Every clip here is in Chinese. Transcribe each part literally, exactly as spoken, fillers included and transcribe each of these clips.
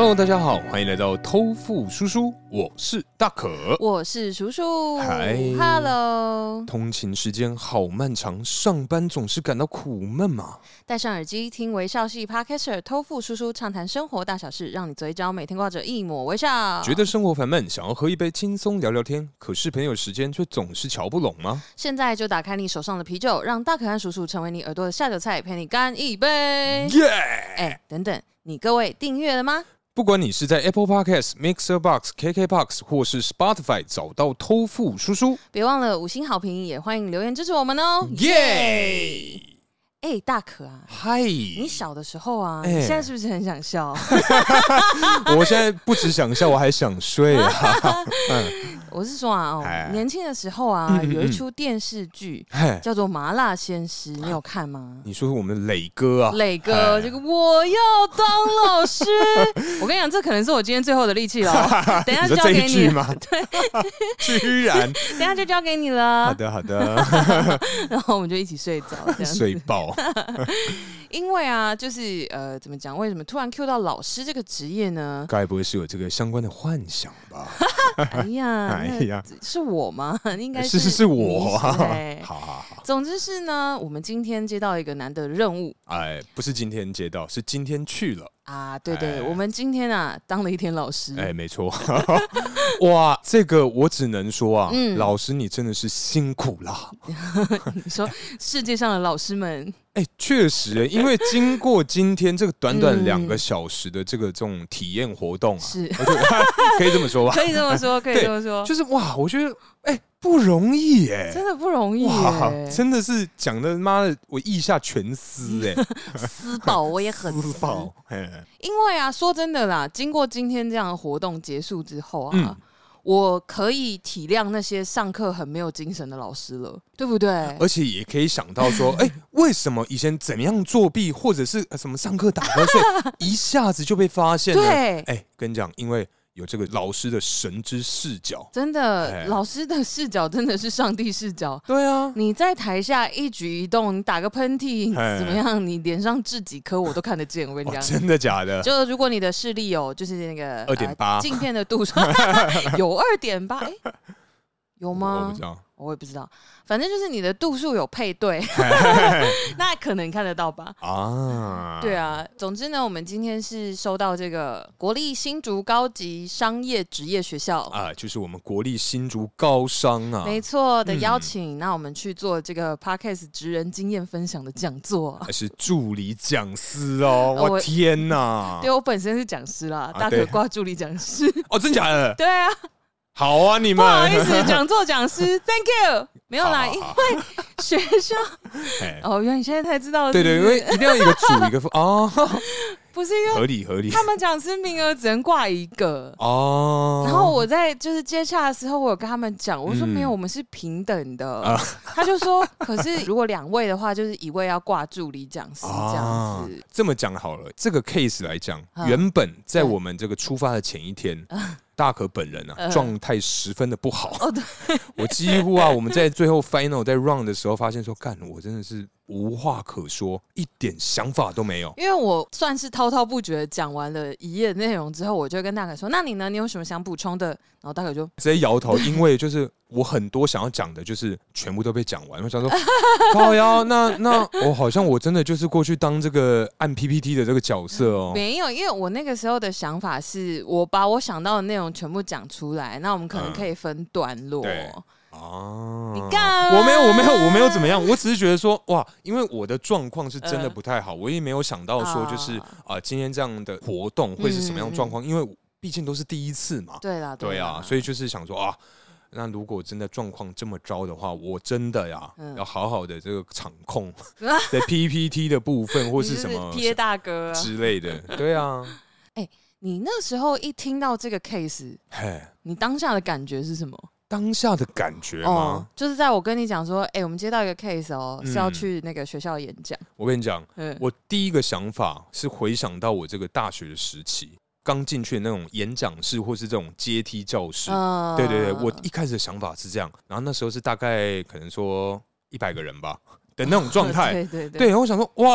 Hello， 大家好，欢迎来到偷富叔叔，我是大可， 我是叔叔。 嗨 ，Hello。 通勤时间好漫长，上班总是感到苦闷嘛。 戴上耳机听微笑系 Podcaster 偷富叔叔畅谈生活大小事，让你嘴角每天挂着一抹微笑。 觉得生活烦闷，想要喝一杯轻松聊聊天，可是朋友时间却总是瞧不拢吗？ 现在就打开你手上的啤酒，让大可和叔叔成为你耳朵的下酒菜，陪你干一杯。 耶！ 哎，等等，你各位订阅了吗？ 不管你是在 Apple Podcast、Mixer Box、K K Box 或是 Spotify 找到偷富叔叔， 别忘了五星好评，也欢迎留言支持我们哦。 耶！ 哎、欸，大可啊， 嗨！ 你小的时候啊，欸、你现在是不是很想笑？ 我现在不只想笑，我还想睡啊。嗯、 我是说啊，哦，年轻的时候啊，嗯嗯嗯有一出电视剧叫做《麻辣鲜师》，你有看吗？ 你说我们磊哥啊， 磊哥，这个我要当老师。我跟你讲，这可能是我今天最后的力气了。等一下就交给你吗？ 对， 居然， 等一下就交给你了。 好的，好的。 然后我们就一起睡着，这样子睡爆。 因为啊，就是呃，怎么讲？为什么突然 Q 到老师这个职业呢？ 该不会是有这个相关的幻想吧？ 哎呀，哎呀，是我吗？应该是是是是我啊！ 好好好。总之是呢，我们今天接到一个难得的任务。 哎，不是今天接到，是今天去了。 啊，对对，哎、我们今天啊当了一天老师， 哎，没错，哇，这个我只能说啊，嗯、老师你真的是辛苦啦。 你说世界上的老师们， 哎，确实，因为经过今天这个短短两个小时的这个这种体验活动啊， 是可以这么说吧？ 可以这么说，可以这么说， 就是哇，我觉得哎。不容易耶， 真的不容易耶， 真的是讲的妈的，我腋下全湿哎， 撕爆我也很撕爆。 因为啊，说真的啦，经过今天这样的活动结束之后啊，嗯、我可以体谅那些上课很没有精神的老师了，对不对？ 而且也可以想到说，哎、欸，为什么以前怎么样作弊，或者是什么上课打瞌睡，一下子就被发现了？ 对， 哎、欸，跟你讲，因为。有这个老师的神之视角， 真的，欸、老师的视角真的是上帝视角。 对啊， 你在台下一举一动，你打个喷嚏怎么样？你脸上痣几颗我都看得见。我跟你讲、 哦，真的假的？ 就如果你的视力有，就是那个二点八镜片的度数有二点八，哎，有吗？ 我不知道。 我也不知道，反正就是你的度数有配对，那可能看得到吧？啊，对啊。总之呢，我们今天是收到这个国立新竹高级商业职业学校啊，就是我们国立新竹高商啊， 没错的邀请。嗯、那我们去做这个 Podcast 职人经验分享的讲座， 还是助理讲师哦！我天哪！ 对我本身是讲师啦，啊、大可挂助理讲师。 哦，真假的？ 对啊。 好啊，你们不好意思，讲座讲师 ，Thank you， 没有啦，因为学校哦，原来你现在才知道， 对对，因为一定要一个主一个副哦， 不是因为合理合理， 他们讲师名额只能挂一个哦，然后我在就是接洽的时候，我有跟他们讲，我说没有，我们是平等的，嗯、他就说，可是如果两位的话，就是一位要挂助理讲师这样子。 啊、这么讲好了，这个 case 来讲，嗯、原本在我们这个出发的前一天。嗯大可本人啊，状态、呃、十分的不好。哦，对，我几乎啊，我们在最后 final 在 run 的时候，发现说，干，我真的是无话可说，一点想法都没有。 因为我算是滔滔不绝讲完了一页内容之后，我就跟大可说：“那你呢？你有什么想补充的？”然后大可就直接摇头，因为就是我很多想要讲的，就是全部都被讲完。我想说，靠腰，那那我好像我真的就是过去当这个按 P P T 的这个角色哦。 没有，因为我那个时候的想法是我把我想到的内容全部讲出来，那我们可能可以分段落。嗯哦， 你干嘛？ 我没有，我没有，我没有怎么样，我只是觉得说，哇，因为我的状况是真的不太好，呃、我也没有想到说，就是啊、呃，今天这样的活动会是什么样的状况，嗯、因为毕竟都是第一次嘛。 对啦， 对啊，所以就是想说啊，那如果真的状况这么糟的话，我真的呀，嗯、要好好的这个场控，在 P P T 的部分或是什么贴大哥之类的，对啊。 哎、欸，你那时候一听到这个 case， 你当下的感觉是什么？ 当下的感觉吗、哦？ 就是在我跟你讲说，哎、欸，我们接到一个 case 哦，嗯、是要去那个学校演讲。 我跟你讲，我第一个想法是回想到我这个大学的时期，刚进去的那种演讲室或是这种阶梯教室。嗯、对对对，我一开始的想法是这样，然后那时候是大概可能说一百个人吧的那种状态。 对对对， 对，然后我想说，哇。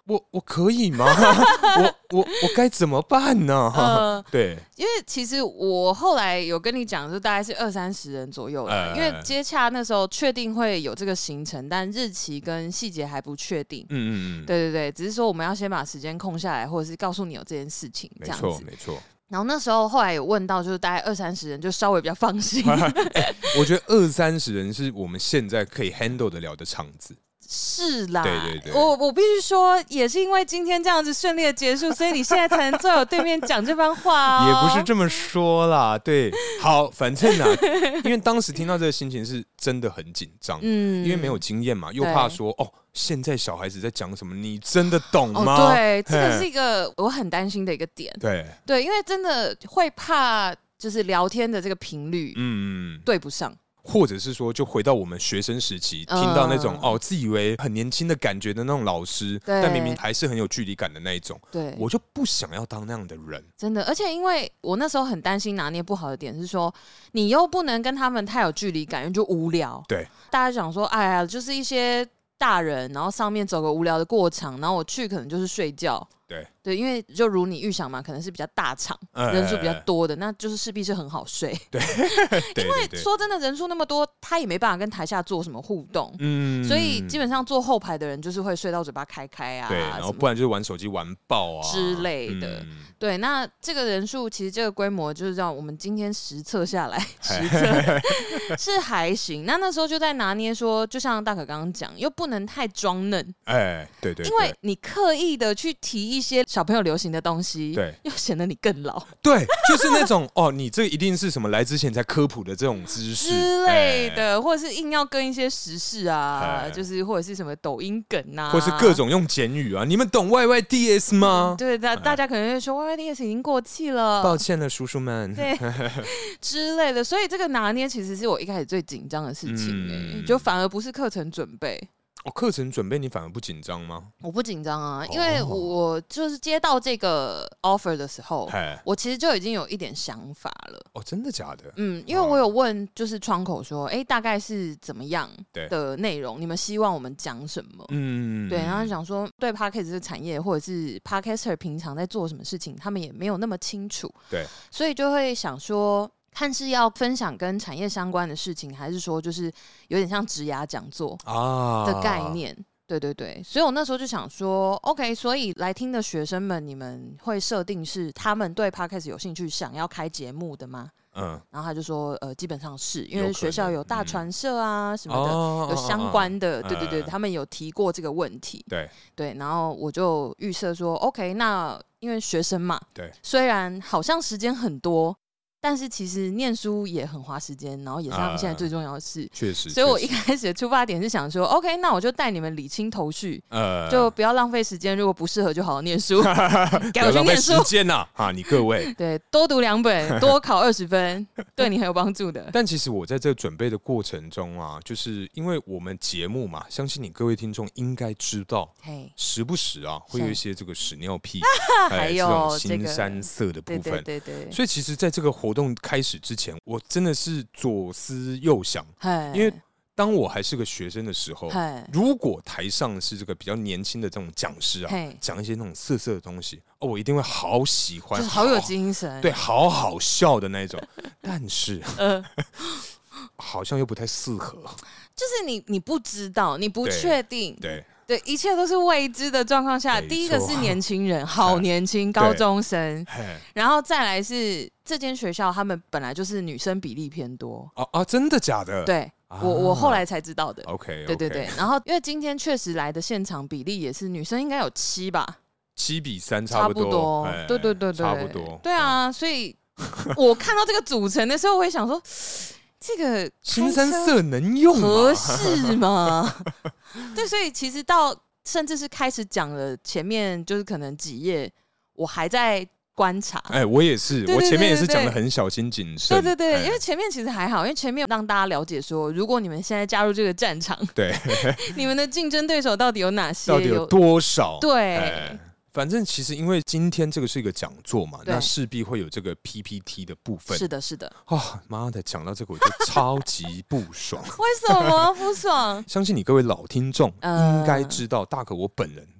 我我可以吗？我我我该怎么办呢？呃、对， 因为其实我后来有跟你讲，就大概是二三十人左右了。呃、因为接洽那时候确定会有这个行程，但日期跟细节还不确定。嗯嗯嗯，对对对，只是说我们要先把时间空下来，或者是告诉你有这件事情，这样子。 没错没错。 然后那时候后来有问到，就是大概二三十人，就稍微比较放心。 欸、我觉得二三十人是我们现在可以 handle 得了的场子。 是啦， 对对对， 我我必须说，也是因为今天这样子顺利的结束，所以你现在才能坐我对面讲这番话哦。 也不是这么说啦，对，好，反正啊，因为当时听到这个心情是真的很紧张，嗯，因为没有经验嘛，又怕说哦，现在小孩子在讲什么，你真的懂吗？ 哦、对，这个是一个我很担心的一个点。 对对，因为真的会怕，就是聊天的这个频率，嗯，对不上。 或者是说，就回到我们学生时期，听到那种、嗯、哦，自以为很年轻的感觉的那种老师，但明明还是很有距离感的那一种。对，我就不想要当那样的人。 真的，而且因为我那时候很担心拿捏不好的点是说，你又不能跟他们太有距离感，因为就无聊。 对， 大家讲说，哎呀，就是一些大人，然后上面走个无聊的过场，然后我去可能就是睡觉。 对对，因为就如你预想嘛，可能是比较大场，呃、人数比较多的，那就是势必是很好睡。 对， 因为说真的，人数那么多，他也没办法跟台下做什么互动，嗯，所以基本上坐后排的人就是会睡到嘴巴开开啊， 对，然后不然就是玩手机玩爆啊之类的。嗯、对，那这个人数其实这个规模就是让我们今天实测下来，实测是还行。那那时候就在拿捏说，就像大可刚刚讲，又不能太装嫩， 哎，对 对, 对， 因为你刻意的去提一些小朋友流行的东西， 对， 又显得你更老。 对，就是那种哦，你这一定是什么来之前才科普的这种知识之类的，哎、或者是硬要跟一些时事啊，哎、就是或者是什么抖音梗啊， 或是各种用简语啊。你们懂 Y Y D S 吗？ 嗯、对，大大家可能会说 Y Y D S 已经过气了， 抱歉了，叔叔们。 对，之类的。所以这个拿捏其实是我一开始最紧张的事情、欸，嗯、就反而不是课程准备。 哦，课程准备你反而不紧张吗？ 我不紧张啊，因为我就是接到这个 offer 的时候，我其实就已经有一点想法了。 哦，真的假的？ 嗯，因为我有问就是窗口说，哎、欸，大概是怎么样的内容？你们希望我们讲什么？嗯，对，然后想说对 podcast 这个产业或者是 podcaster 平常在做什么事情，他们也没有那么清楚。 对， 所以就会想说，看是要分享跟产业相关的事情，还是说就是有点像职涯讲座的概念、啊、对对对，所以我那时候就想说 OK， 所以来听的学生们，你们会设定是他们对 Podcast 有兴趣想要开节目的吗？嗯，然后他就说呃，基本上是因为学校有大传社啊、嗯、什么的、哦、有相关的、哦、对对对、嗯、他们有提过这个问题， 对对，然后我就预设说 OK， 那因为学生嘛， 对， 虽然好像时间很多，但是其实念书也很花时间，然后也是他们现在最重要的事。 确、呃、实， 所以我一开始的出发点是想说 ，OK， 那我就带你们理清头绪，呃，就不要浪费时间。如果不适合，就好好念书，给我去念书。 时间呐、啊，啊，你各位， 对，多读两本，多考二十分，对你很有帮助的。 但其实我在这准备的过程中啊，就是因为我们节目嘛，相信你各位听众应该知道，嘿，时不时啊会有一些这个屎尿屁， 还有这种腥膻色的部分， 对对对对。 所以其实在这个活动开始之前，我真的是左思右想，因为当我还是个学生的时候，如果台上是这个比较年轻的这种讲师啊，讲一些那种色色的东西，哦，我一定会好喜欢， 就是好有精神， 对，好好笑的那种。但是，呃、好像又不太适合， 就是你你不知道，你不确定， 对。 对，一切都是未知的状况下，第一个是年轻人，好年轻，高中生，然后再来是这间学校，他们本来就是女生比例偏多。 哦哦，真的假的？ 对，啊、我我后来才知道的。 OK， 对对对。然后因为今天确实来的现场比例也是女生应该有七吧， 七比三差不多。差不多对对对对， 差不多。 对啊，所以我看到这个组成的时候，我会想说。这个腥膻色能用吗？ 合适吗？对，所以其实到甚至是开始讲了前面就是可能几页，我还在观察。 哎、欸，我也是，我前面也是讲的很小心谨慎。 对对对， 欸、 因为前面其实还好，因为前面让大家了解说，如果你们现在加入这个战场， 对， 你们的竞争对手到底有哪些？ 到底有多少？ 对。 欸反正其实因为今天这个是一个讲座嘛，那势必会有这个 P P T 的部分。 是的，是的。 啊，妈的，讲到这个我就超级不爽。 为什么不爽？ 相信你各位老听众应该知道，大可我本人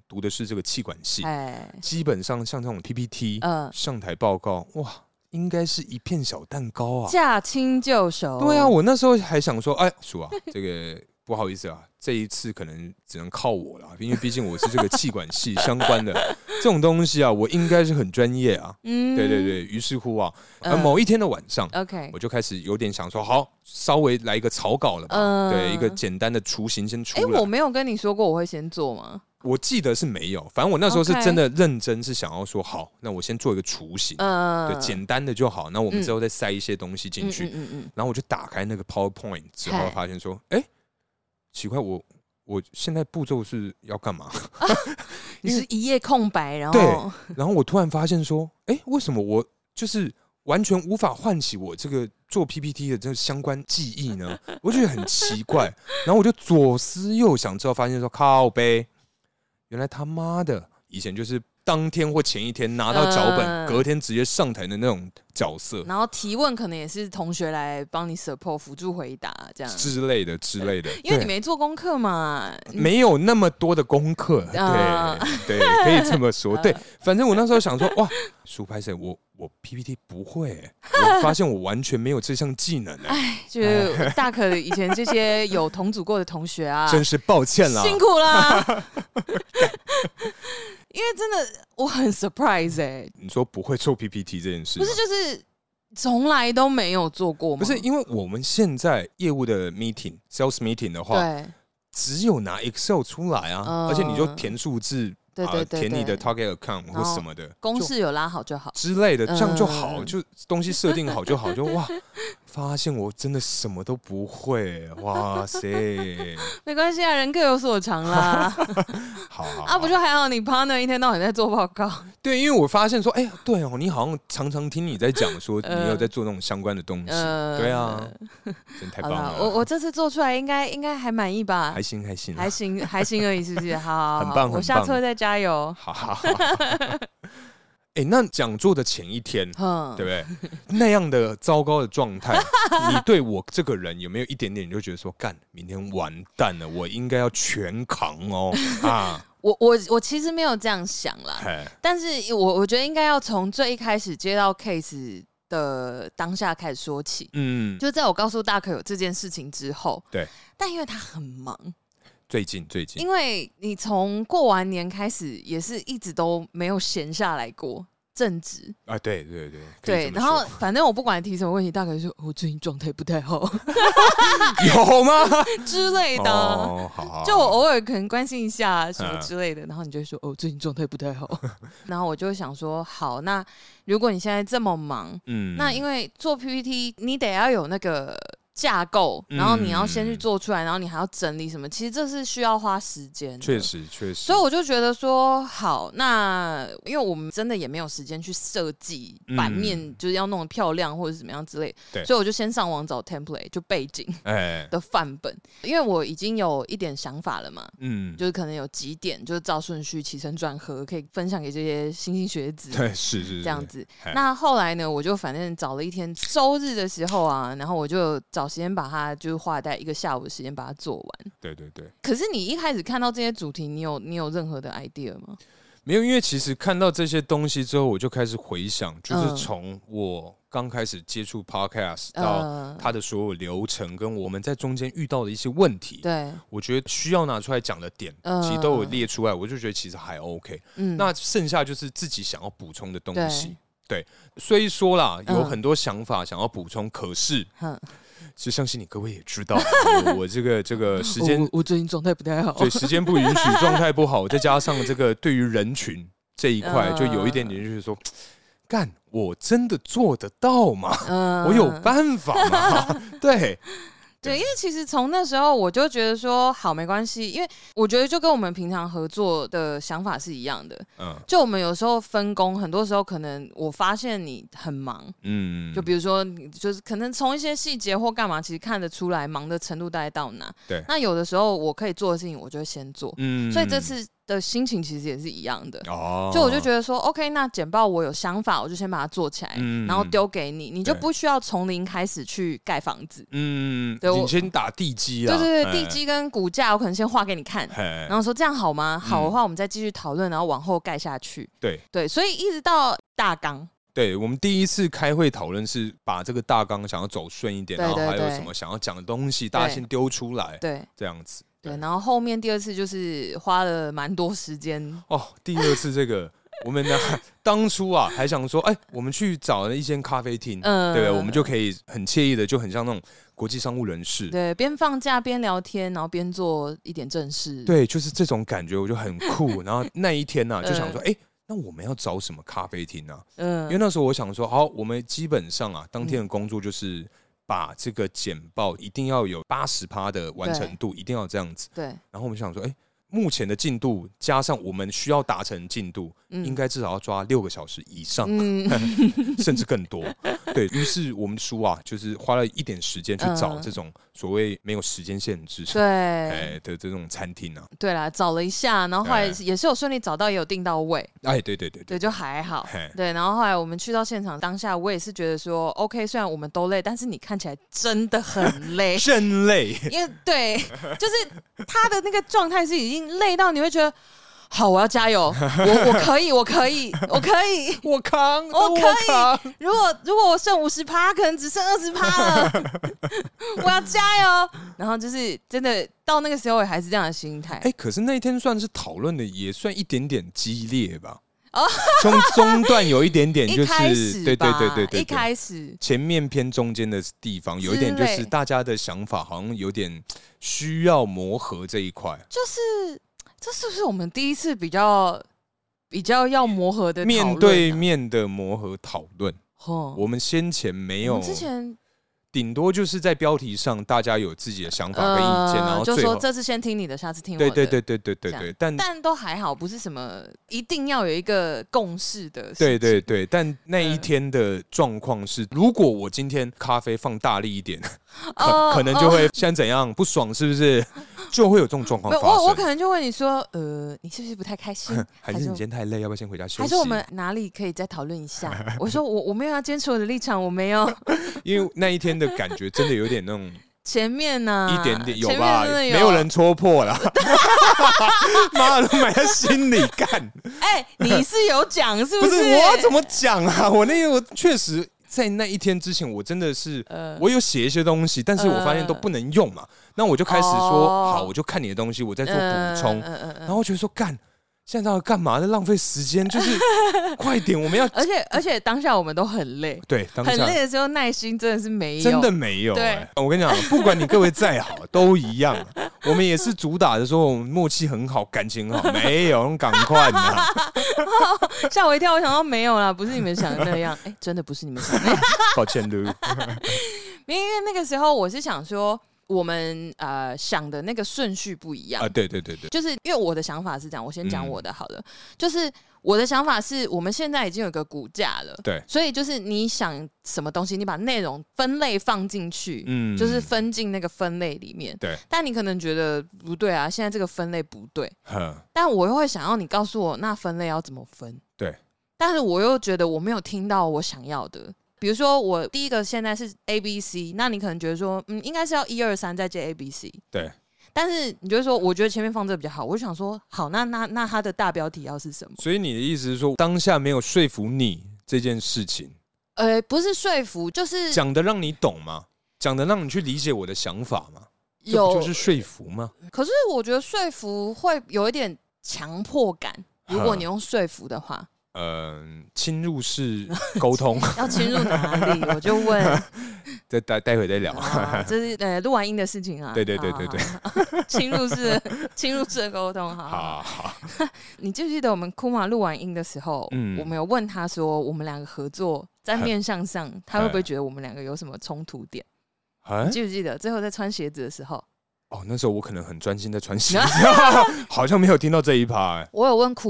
读的是这个企管系，基本上像这种 P P T、呃、上台报告，哇，应该是一片小蛋糕啊， 驾轻就熟。 对啊，我那时候还想说，哎，叔啊，这个不好意思啊，这一次可能只能靠我了，因为毕竟我是这个企管系相关的这种东西啊，我应该是很专业啊。嗯，对对对，于是乎啊，呃、某一天的晚上、呃、我就开始有点想说，好，稍微来一个草稿了吧，呃、对，一个简单的雏形先出来。 哎，我没有跟你说过我会先做吗？ 我记得是没有，反正我那时候是真的认真，是想要说好，那我先做一个雏形，呃、对，简单的就好。那我们之后再塞一些东西进去，嗯嗯嗯嗯、然后我就打开那个 PowerPoint 之后，发现说，哎，奇怪，我我现在步骤是要干嘛？啊、 你是一页空白，然后对，然后我突然发现说，哎，为什么我就是完全无法唤起我这个做 P P T 的这个相关记忆呢？我觉得很奇怪，然后我就左思右想之后，发现说，靠北。原来他妈的，以前就是当天或前一天拿到脚本，呃、隔天直接上台的那种角色。 然后提问可能也是同学来帮你 support 辅助回答这样之类的之类的， 因为你没做功课嘛， 没有那么多的功课，呃、对对，可以这么说。对，反正我那时候想说，哇，苏拍摄我。我 P P T 不会、欸，我发现我完全没有这项技能、欸。 哎，就是大可以前这些有同组过的同学啊， 真是抱歉啦， 辛苦啦。因为真的我很 surprise 哎、欸。 你说不会做 P P T 这件事， 不是就是从来都没有做过吗？ 不是，因为我们现在业务的 meeting、sales meeting 的话，对，只有拿 Excel 出来啊，呃、而且你就填数字。对对 对, 对，填你的 target account 或什么的， 公式有拉好就好之类的，这样就好，嗯、就东西设定好就好，就哇，发现我真的什么都不会，哇塞！ 没关系啊，人各有所长啦。 好, 好, 好啊，不就还好你 partner 一天到晚在做报告。对， 因为我发现说，哎、欸，对哦，你好像常常听你在讲说，你有在做那种相关的东西，呃、对啊，真太棒了。 我我这次做出来应该应该还满意吧？ 还行还行、啊、 还行还行而已，是不是？好, 好, 好， 很棒， 我下次会再加油。 好好好。哎、欸，那讲座的前一天，对不对？那样的糟糕的状态，你对我这个人有没有一点点你就觉得说，干，明天完蛋了，我应该要全扛哦啊！ 我我我其实没有这样想啦，但是我我觉得应该要从最一开始接到 case 的当下开始说起。嗯，就在我告诉大可有这件事情之后，对，但因为他很忙。 最近最近， 因为你从过完年开始，也是一直都没有闲下来过，正职啊，对对对对，然后反正我不管提什么问题，大概说我最近状态不太好， 有吗之类的，哦、好好好，就我偶尔可能关心一下什么之类的，然后你就会说哦，最近状态不太好，然后我就会想说，好，那如果你现在这么忙，嗯，那因为做 P P T 你得要有那个架构，然后你要先去做出来，嗯、然后你还要整理什么，其实这是需要花时间的。 确实，确实。 所以我就觉得说，好，那因为我们真的也没有时间去设计版面，嗯、就是要弄得漂亮或者怎么样之类，对。所以我就先上网找 template， 就背景的范本，欸、因为我已经有一点想法了嘛，嗯，就是可能有几点，就是照顺序起承转合，可以分享给这些新兴学子， 对，是是是这样子。那后来呢，我就反正找了一天周日的时候啊，然后我就找时间把它就是花在一个下午的时间把它做完。 对对对。 可是你一开始看到这些主题，你有你有任何的 idea 吗？ 没有，因为其实看到这些东西之后，我就开始回想，就是从我刚开始接触 podcast 到它的所有流程，跟我们在中间遇到的一些问题，对，我觉得需要拿出来讲的点，其实都有列出来，我就觉得其实还 OK。嗯，那剩下就是自己想要补充的东西。对，虽说啦，有很多想法想要补充，可是，就相信你各位也知道，我, 我这个这个时间， 我, 我最近状态不太好， 对，时间不允许，状态不好，再加上这个对于人群这一块，就有一点点就是说，干，我真的做得到吗？嗯、我有办法吗？对。 对，因为其实从那时候我就觉得说，好，没关系，因为我觉得就跟我们平常合作的想法是一样的。嗯，就我们有时候分工，很多时候可能我发现你很忙，嗯，就比如说，就是可能从一些细节或干嘛，其实看得出来忙的程度大概到哪。对，那有的时候我可以做的事情，我就会先做。嗯，所以这次的心情其实也是一样的。哦，就我就觉得说 ，OK， 那简报我有想法，我就先把它做起来，嗯、然后丢给你，你就不需要从零开始去盖房子。嗯，对， 你先打地基啊。 对对对，地基跟骨架我可能先画给你看，然后说这样好吗？好的话，我们再继续讨论，然后往后盖下去。 对对，所以一直到大纲。 对，我们第一次开会讨论是把这个大纲想要走顺一点， 对对对， 然后还有什么想要讲的东西，大家先丢出来， 对， 这样子。 对，然后后面第二次就是花了蛮多时间。 哦，第二次这个我们呢，当初啊还想说，哎，我们去找了一间咖啡厅，嗯，对，我们就可以很惬意的，就很像那种国际商务人士， 对，边放假边聊天，然后边做一点正事， 对，就是这种感觉，我就很酷。然后那一天呢、啊，就想说，哎、嗯。那我们要找什么咖啡厅呢、啊？嗯，因为那时候我想说，好，我们基本上啊，当天的工作就是把这个简报一定要有八十趴的完成度，一定要这样子。 对。 然后我们想说，哎、欸，目前的进度加上我们需要达成进度，嗯、应该至少要抓六个小时以上，嗯、甚至更多。对，于是我们书啊，就是花了一点时间去找这种所谓没有时间限制对、欸、的这种餐厅啊。 对啦，找了一下，然后后来也是有顺利找到，也有订到位。 哎，对对对 对, 对，就还好。对，然后后来我们去到现场当下，我也是觉得说 ，OK， 虽然我们都累，但是你看起来真的很累， 真累。 因为对，就是他的那个状态是已经累到你会觉得。好，我要加油！我我可以，我可以，我可以， 我扛， 我可以。如果如果我剩五十趴，可能只剩二十趴了。我要加油！然后就是真的到那个时候也还是这样的心态。 哎、欸，可是那一天算是讨论的，也算一点点激烈吧。哦，中中段有一点点就是，对对对对对， 一开始前面偏中间的地方有一点就是大家的想法好像有点需要磨合这一块， 就是。这是不是我们第一次比较比较要磨合的讨论、啊、 面对面的磨合讨论？哦，我们先前没有， 之前顶多就是在标题上大家有自己的想法跟意见，呃、然后最后就说这次先听你的，下次听我的。 对对对对对对对， 但但都还好，不是什么一定要有一个共识的事情。 对对对，但那一天的状况是，如果我今天咖啡放大力一点，可可能就会现在怎样不爽，是不是？就会有这种状况发生。 我我可能就问你说，呃，你是不是不太开心？ 还是你今天太累，要不要先回家休息？ 还是我们哪里可以再讨论一下？我说我我没有要坚持我的立场，我没有。 因为那一天的感觉真的有点那种。 前面呢、啊， 一点点有吧，有没有人戳破了。妈的，都埋在心里干。 哎、欸，你是有讲是不是？ 不是，我要怎么讲啊？我那个我确实。在那一天之前，我真的是、呃、我有写一些东西，但是我发现都不能用嘛。呃、那我就開始說、哦、好，我就看你的東西，我再做補充。呃呃呃、然後我覺得說幹，現在到底幹嘛？在浪費時間，就是快點，我們要。 而且而且當下我們都很累， 對，當下很累的時候耐心真的是沒有， 真的沒有、欸。我跟你講，不管你各位再好，都一樣。我們也是主打的說我們默契很好，感情很好，沒有，趕快啊！ 嚇我一跳，我想到沒有啦，不是你們想的那樣，哎、欸，真的不是你們想的那樣， 抱歉嚕。 因為那個時候我是想說，我們呃想的那個順序不一樣啊， 對對對對， 就是因為我的想法是這樣，我先講我的好了，嗯、就是我的想法是我們現在已經有個骨架了， 對， 所以就是你想什麼東西，你把內容分類放進去，嗯，就是分進那個分類裡面， 對， 但你可能覺得不對啊，現在這個分類不對，但我又會想要你告訴我那分類要怎麼分， 對， 但是我又覺得我沒有聽到我想要的。比如說我第一個現在是 A B C， 那你可能覺得說嗯應該是要一二三再接 A B C， 對， 但是你就會說我覺得前面放這個比較好，我就想說好，那那那它的大標題要是什麼？ 所以你的意思是說當下沒有說服你這件事情？ 呃，不是說服，就是講的讓你懂嗎？講的讓你去理解我的想法嗎？有，這不就是說服嗎？ 可是我覺得說服會有一點強迫感，如果你用說服的話。 呃，侵入式溝通要侵入哪里？我就問， 再待待會再聊。 哦、這是呃錄完音的事情啊。 對對對對對， 侵入式侵入式的溝通，好好好。你記不記得我們庫瑪錄完音的時候，嗯、我們有問他說，我們兩個合作在面向上，他會不會覺得我們兩個有什麼衝突點？你記不記得最後在穿鞋子的時候？ 哦，那時候我可能很專心在穿鞋子，好像沒有聽到這一趴、欸。 我有問庫瑪，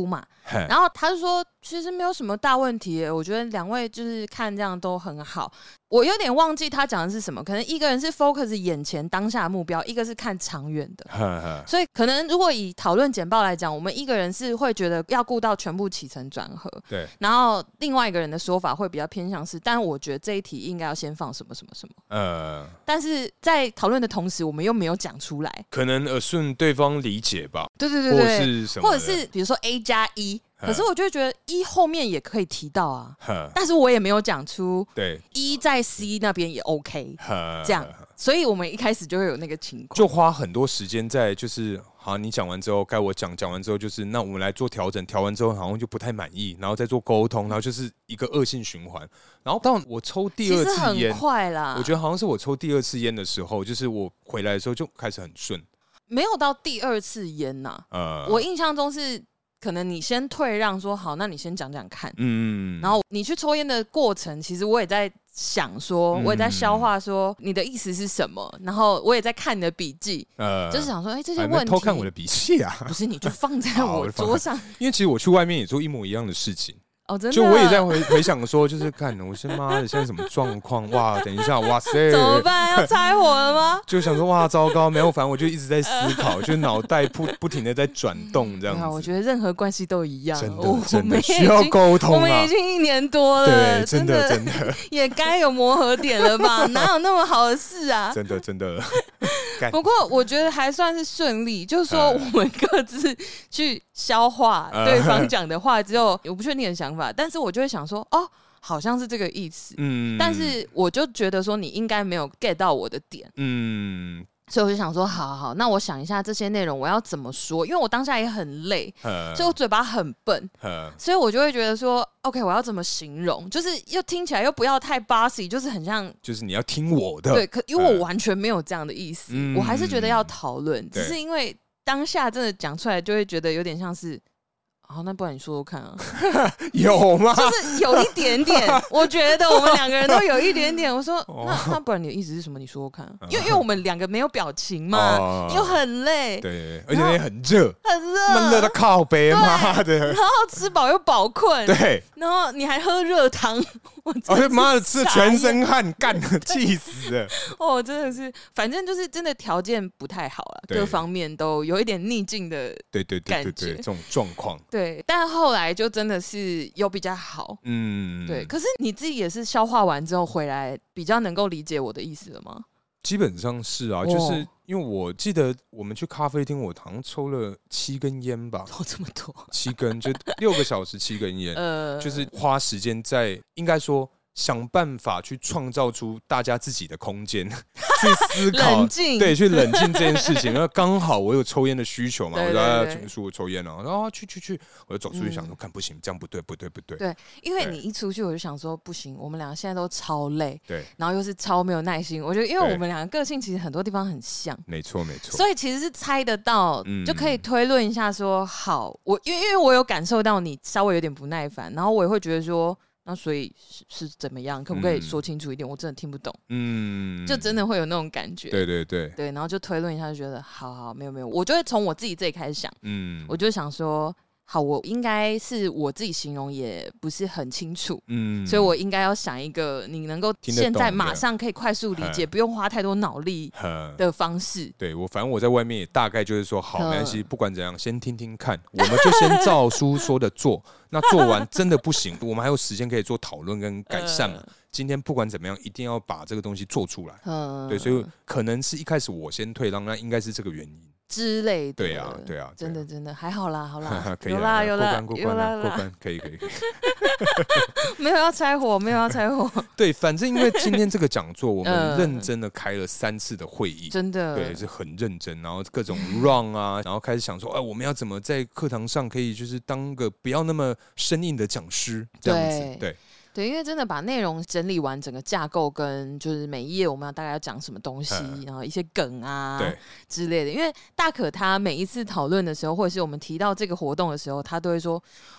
然后他就说其实没有什么大问题耶，我觉得两位就是看这样都很好。我有点忘记他讲的是什么，可能一个人是 focus 眼前当下的目标，一个是看长远的。所以可能如果以讨论简报来讲，我们一个人是会觉得要顾到全部起承转合， 对。 然后另外一个人的说法会比较偏向是，但我觉得这一题应该要先放什么什么什么。呃，但是在讨论的同时，我们又没有讲出来， 可能耳顺对方理解吧。 对对对对， 或是什么， 或者是比如说 A 加一。可是我就会觉得一后面也可以提到啊，但是我也没有讲出对一在 C 那边也 OK 这样，所以我们一开始就会有那个情况， 就花很多时间在就是好，你讲完之后该我讲，讲完之后就是那我们来做调整，调完之后好像就不太满意，然后再做沟通，然后就是一个恶性循环。然后当我抽第二次烟， 很快啦， 我觉得好像是我抽第二次烟的时候，就是我回来的时候就开始很顺， 没有到第二次烟呐、啊。呃，我印象中是。可能你先退让说好，那你先讲讲看，嗯，然后你去抽烟的过程，其实我也在想说，我也在消化说你的意思是什么，然后我也在看你的笔记，呃，就是想说，哎、欸，这些问题偷看我的笔记啊， 不是你就放在我桌上， 因为其实我去外面也做一模一样的事情。 哦，真的， 就我也在回回想说，就是看我是妈的，现在什么状况？哇，等一下，哇塞， 怎么办？要拆伙了吗？ 就想说，哇，糟糕，没有，反正我就一直在思考，就脑袋不不停的在转动，这样子。 我觉得任何关系都一样， 真的真的需要沟通啊。 我们已经一年多了， 对，真的真的也该有磨合点了吧？哪有那么好的事啊？ 真的真的。 不过我觉得还算是顺利，就是说我们各自去消化对方讲的话之后，我不确定你的想法，但是我就会想说，哦，好像是这个意思，嗯，但是我就觉得说你应该没有 get 到我的点，嗯。所以我就想说，好好好，那我想一下这些内容我要怎么说，因为我当下也很累，所以我嘴巴很笨，所以我就会觉得说 ，OK， 我要怎么形容，就是又听起来又不要太 bossy， 就是很像， 就是你要听我的， 对，可因为我完全没有这样的意思，嗯、我还是觉得要讨论，只是因为当下真的讲出来就会觉得有点像是。好，那不然你说说看啊？ 有吗？ 就是有一点点，我觉得我们两个人都有一点点。我说，哦、那那不然你的意思是什么？你说说看、啊。因为因为我们两个没有表情嘛，哦、又很累， 对，而且也很热， 很热， 热的靠北，妈的。 然后吃饱又饱困， 对， 然后你还喝热汤，我真妈的吃全身汗，干的气死了。 哦，真的是，反正就是真的条件不太好了，各方面都有一点逆境的， 对对对对对，这种状况。 对，但后来就真的是有比较好，嗯，对。可是你自己也是消化完之后回来，比较能够理解我的意思了吗？ 基本上是啊，就是因为我记得我们去咖啡厅，我好像抽了七根烟吧， 抽这么多， 七根就六个小时七根烟，呃，就是花时间在，应该说。想办法去创造出大家自己的空间，去思考， 冷静， 对，去冷静这件事情。然后刚好我有抽烟的需求嘛，我就说我抽烟了，然后去去去，我就走出去想说，看不行，这样不对，不对，不对。 对，因为你一出去，我就想说不行，我们两个现在都超累， 对， 然后又是超没有耐心。我觉得，因为我们两个个性其实很多地方很像， 没错没错， 所以其实是猜得到，就可以推论一下说，好，我因为因为我有感受到你稍微有点不耐烦，然后我也会觉得说。那所以 是, 是怎么样？可不可以说清楚一点？嗯、我真的听不懂。嗯，就真的会有那种感觉。 对对对对，然后就推论一下，就觉得好好没有没有，我就会从我自己这里开始想。嗯，我就想说，好，我应该是我自己形容也不是很清楚。嗯，所以我应该要想一个你能够现在马上可以快速理解，不用花太多脑力的方式。 对我，反正我在外面也大概就是说，好，没关系，不管怎样，先听听看，我们就先照书说的做。那做完真的不行，我们还有时间可以做讨论跟改善嘛。呃、今天不管怎么样，一定要把这个东西做出来。嗯，对，所以可能是一开始我先退让，那应该是这个原因之类的。 对啊，对啊， 真的真的还好啦，好啦， 可以有啦有啦过关过关过关，可以可以。 没有要拆伙，没有要拆伙。 对，反正因为今天这个讲座，我们认真的开了三次的会议， 真的， 对，是很认真，然后各种 run 啊，然后开始想说，哎，我们要怎么在课堂上可以就是当个不要那么生硬的讲师这样子，对。 对，因为真的把内容整理完，整个架构跟就是每一页我们要大概要讲什么东西，然后一些梗啊之类的。因为大可他每一次讨论的时候，或者是我们提到这个活动的时候，他都会说：“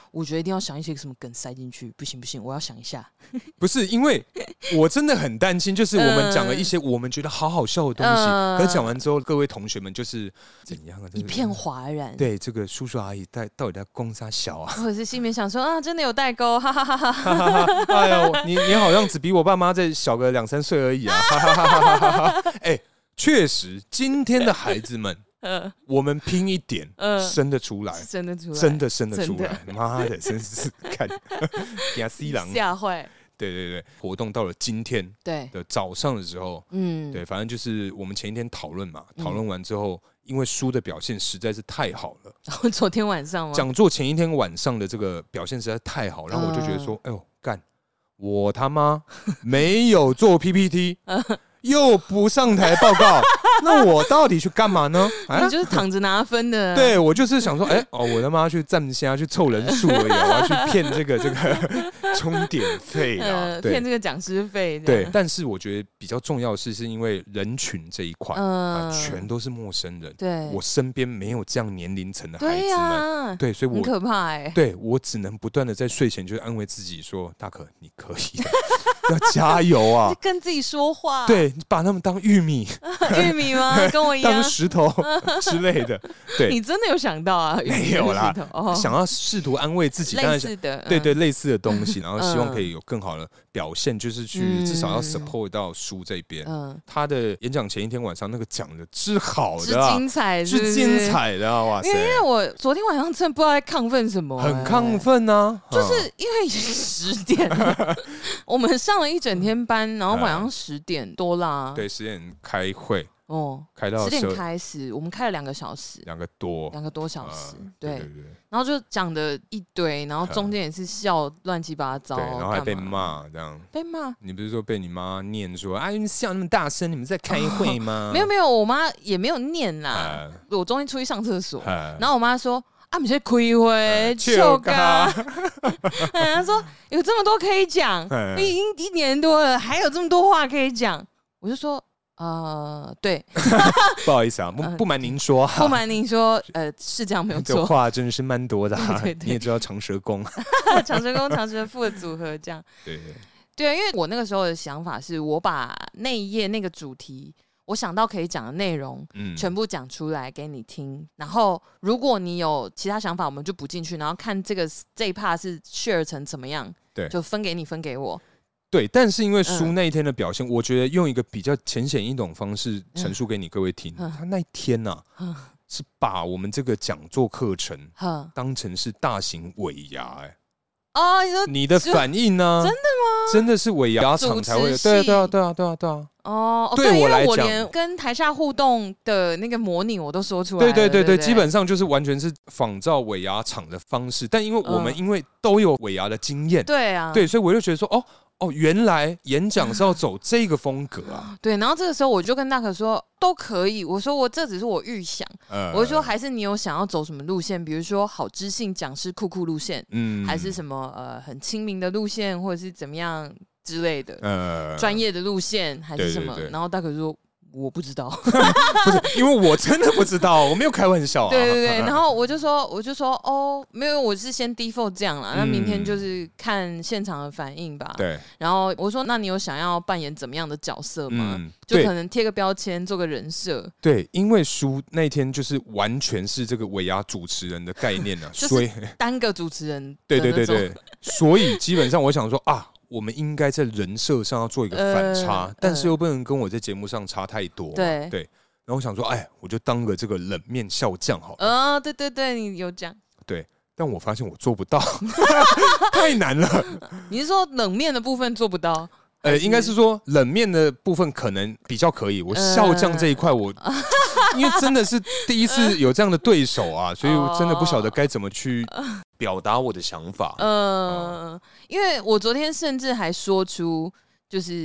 我觉得一定要想一些什么梗塞进去，不行不行，我要想一下。 不是因为我真的很担心，就是我们讲了一些我们觉得好好笑的东西，呃、可是讲完之后，各位同学们就是怎样啊？ 一片哗然。 对，这个叔叔阿姨在到底在攻啥小啊？ 或者是心里面想说啊，真的有代沟，哈哈哈哈哈哈！哎呦，你你好像只比我爸妈再小个两三岁而已啊！哈哈哈哈哈哈！哎，确实，今天的孩子们。呃，我们拼一点，呃，生得出来， 生得出来， 真的生得出来，妈的，真是看给他西郎吓坏。 对对对，活动到了今天的早上的时候，嗯，对，反正就是我们前一天讨论嘛，讨论完之后，因为书的表现实在是太好了， 昨天晚上吗？ 讲座前一天晚上的这个表现实在太好，然后我就觉得说，哎呦，干，我他妈没有做 P P T。又不上台报告，那我到底去干嘛呢？ 啊、你就是躺着拿分的。 对，我就是想说，哎、欸、哦，我他妈去站虾去凑人数而已，我要去骗这个这个充点费啊， 骗、呃、这个讲师费。 对，但是我觉得比较重要的是，是因为人群这一块、呃啊，全都是陌生人。对，我身边没有这样年龄层的孩子们，对、啊、对，所以我很可怕哎、欸。 对我只能不断的在睡前就是安慰自己说，大可你可以的。要加油啊！ 跟自己说话， 对，把他们当玉米， 玉米吗？跟我一样， 当石头之类的。对， 你真的有想到啊？ 没有啦，哦、想要试图安慰自己， 类似的， 对对，类似的东西，然后希望可以有更好的表现，就是去、嗯、至少要 support 到书这边。嗯，他的演讲前一天晚上那个讲的之好的、啊， 之精彩是是， 是精彩的、啊，哇塞！ 因为因为我昨天晚上真的不知道在亢奋什么、欸， 很亢奋啊， 就是因为已经十点了，我们上了一整天班，然后晚上十点多啦。 对，十点开会哦，开到十点开始，我们开了两个小时， 两个多， 两个多小时。呃、对, 对, 对, 对，然后就讲的一堆，然后中间也是笑乱七八糟， 对，然后还被骂，这样被骂。 你不是说被你妈念说啊，你笑那么大声，你们在开会吗？ 哦、没有没有，我妈也没有念啦。呃、我中间出去上厕所，呃、然后我妈说。啊，不是开会，笑嘎。他说有这么多可以讲，已经一年多了，还有这么多话可以讲。我就说，呃，对， 不好意思啊，不不瞒您说， 不瞒您说，呃，是这样没有错。 这话真的是蛮多的、啊， 对对对， 你也知道长舌功， 长舌功、长舌妇的组合这样。 对对对，因为我那个时候的想法是我把那一页那个主题。我想到可以讲的内容，嗯，全部讲出来给你听。然后，如果你有其他想法，我们就补进去，然后看这个这一 part 是 share 成怎么样，对，就分给你，分给我。 对，但是因为书那一天的表现，嗯、我觉得用一个比较浅显易懂方式陈述给你各位听。嗯、他那一天呐、啊，嗯、是把我们这个讲座课程当成是大型尾牙、欸，哎。 哦，你说你的反应呢？ 真的吗？ 真的是尾牙场才会有，对啊，对啊，对啊，对啊，对啊。 哦，对我来讲，因为我连跟台下互动的那个模拟我都说出来了。 对对对对, 对, 对，基本上就是完全是仿照尾牙场的方式，但因为我们因为都有尾牙的经验， 对啊， 对，所以我就觉得说，哦。哦，原来演讲是要走这个风格啊！ 对，然后这个时候我就跟大可说都可以，我说我这只是我预想，呃、我就说还是你有想要走什么路线，比如说好知性讲师酷酷路线，嗯，还是什么呃很亲民的路线，或者是怎么样之类的，呃，专业的路线还是什么？对对对，然后大可说。我不知道， 不是因为我真的不知道，我没有开玩笑啊。 对对对，然后我就说，我就说，哦，没有，我是先 default 这样啦，那、嗯、明天就是看现场的反应吧。对。然后我说，那你有想要扮演怎么样的角色吗？嗯、就可能贴个标签，做个人设。 对，因为书那天就是完全是这个尾牙主持人的概念啊， 所以单个主持人。 对对对对，所以基本上我想说啊。我们应该在人设上要做一个反差，呃、但是又不能跟我在节目上差太多。对对，然后我想说，哎，我就当个这个冷面笑匠好了。 哦，对对对，你有讲。 对，但我发现我做不到，太难了。 你是说冷面的部分做不到？ 呃，应该是说冷面的部分可能比较可以，我笑匠这一块我，呃、因为真的是第一次有这样的对手啊，所以我真的不晓得该怎么去表达我的想法。 嗯、呃，因为我昨天甚至还说出，就是